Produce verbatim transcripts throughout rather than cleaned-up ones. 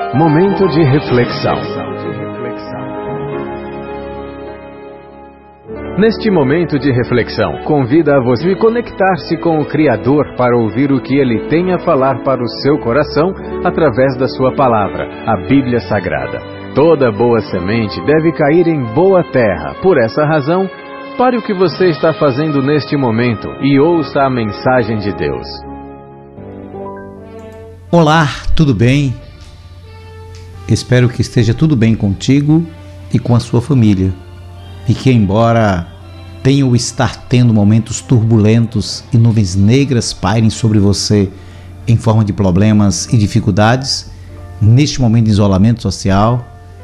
Momento de reflexão. Neste momento de reflexão, convida a você a conectar-se com o Criador para ouvir o que Ele tem a falar para o seu coração através da sua palavra, a Bíblia Sagrada. Toda boa semente deve cair em boa terra. Por essa razão, pare o que você está fazendo neste momento e ouça a mensagem de Deus. Olá, tudo bem? Espero que esteja tudo bem contigo e com a sua família. E que, embora tenha ou estar tendo momentos turbulentos e nuvens negras pairem sobre você em forma de problemas e dificuldades, neste momento de isolamento social,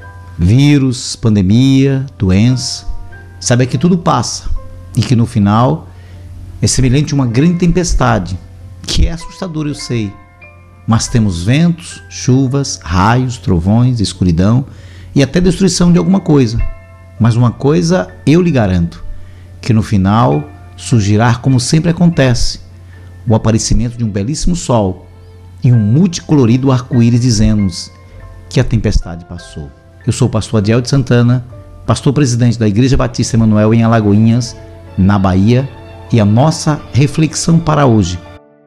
vírus, pandemia, doença, saiba que tudo passa e que no final é semelhante a uma grande tempestade, que é assustadora, eu sei, mas temos ventos, chuvas, raios, trovões, escuridão e até destruição de alguma coisa. Mas uma coisa eu lhe garanto, que no final surgirá, como sempre acontece, o aparecimento de um belíssimo sol e um multicolorido arco-íris dizendo-nos que a tempestade passou. Eu sou o pastor Adiel de Santana, pastor presidente da Igreja Batista Emanuel em Alagoinhas, na Bahia, e a nossa reflexão para hoje.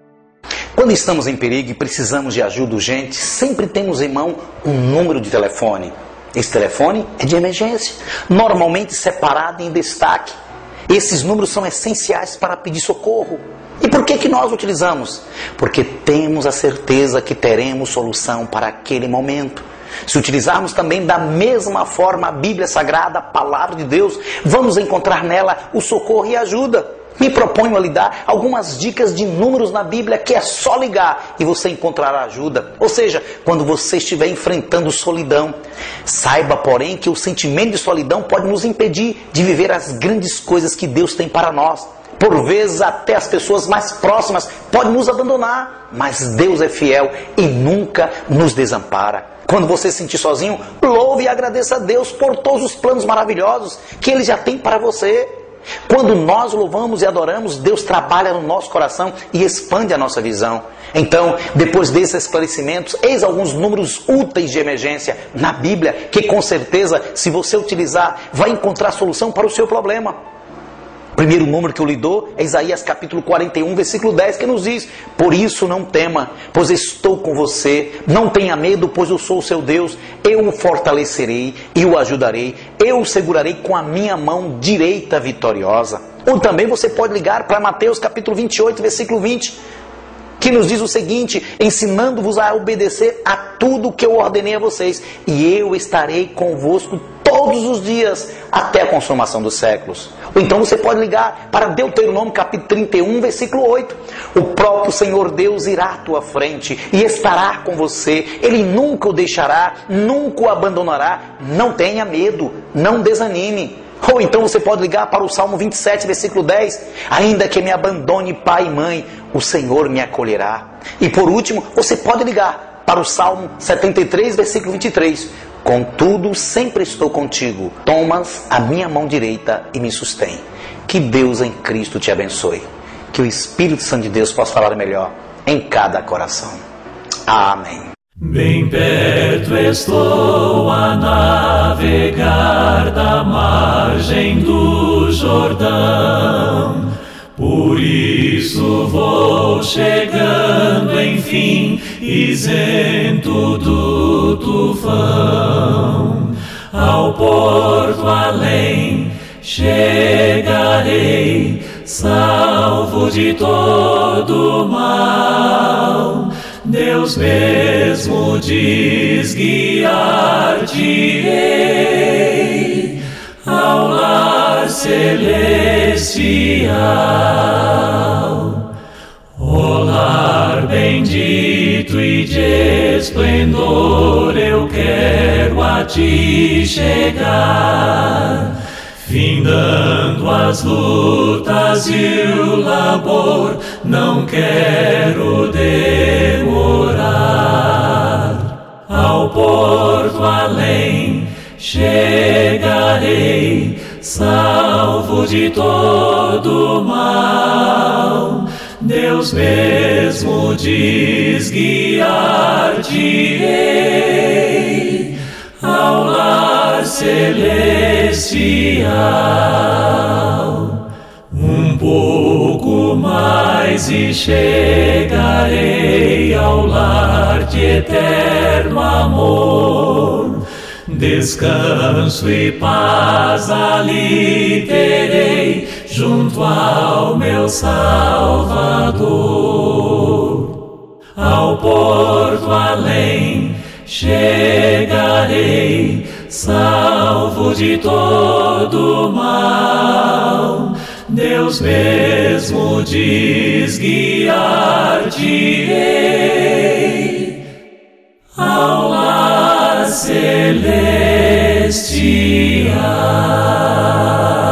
Quando estamos em perigo e precisamos de ajuda urgente, sempre temos em mão um número de telefone. Esse telefone é de emergência, normalmente separado em destaque. Esses números são essenciais para pedir socorro. E por que que nós utilizamos? Porque temos a certeza que teremos solução para aquele momento. Se utilizarmos também da mesma forma a Bíblia Sagrada, a Palavra de Deus, vamos encontrar nela o socorro e a ajuda. Me proponho a lhe dar algumas dicas de números na Bíblia que é só ligar e você encontrará ajuda. Ou seja, quando você estiver enfrentando solidão, saiba, porém, que o sentimento de solidão pode nos impedir de viver as grandes coisas que Deus tem para nós. Por vezes até as pessoas mais próximas podem nos abandonar, mas Deus é fiel e nunca nos desampara. Quando você se sentir sozinho, louve e agradeça a Deus por todos os planos maravilhosos que Ele já tem para você. Quando nós louvamos e adoramos, Deus trabalha no nosso coração e expande a nossa visão. Então, depois desses esclarecimentos, eis alguns números úteis de emergência na Bíblia, que com certeza, se você utilizar, vai encontrar solução para o seu problema. O primeiro número que eu lhe dou é Isaías capítulo quarenta e um, versículo dez, que nos diz: por isso não tema, pois estou com você, não tenha medo, pois eu sou o seu Deus, eu o fortalecerei e o ajudarei, eu o segurarei com a minha mão direita vitoriosa. Ou também você pode ligar para Mateus capítulo vinte e oito, versículo vinte, que nos diz o seguinte: ensinando-vos a obedecer a tudo que eu ordenei a vocês, e eu estarei convosco todos os dias, até a consumação dos séculos. Ou então você pode ligar para Deuteronômio capítulo trinta e um, versículo oito. O próprio Senhor Deus irá à tua frente e estará com você. Ele nunca o deixará, nunca o abandonará. Não tenha medo, não desanime. Ou então você pode ligar para o Salmo vinte e sete, versículo dez. Ainda que me abandone pai e mãe, o Senhor me acolherá. E por último, você pode ligar para o Salmo setenta e três, versículo vinte e três. Contudo, sempre estou contigo, tomas a minha mão direita e me sustém. Que Deus em Cristo te abençoe. Que o Espírito Santo de Deus possa falar melhor em cada coração. Amém. Bem perto estou a navegar da margem do Jordão, por isso vou chegando, enfim, isento do tufão. Ao porto além chegarei, salvo de todo mal. Deus mesmo diz: guiar-te-ei ao lar celestial. O lar bendito e de esplendor, eu quero a ti chegar, findando as lutas e o labor, não quero demorar. Ao porto além chegarei, salvo de todo mal. Deus mesmo diz: guiar-te-ei celestial. Um pouco mais e chegarei ao lar de eterno amor. Descanso e paz ali terei junto ao meu Salvador. Ao porto além chegarei, salvo de todo mal. Deus mesmo diz: guiar-te-ei ao lar celestial.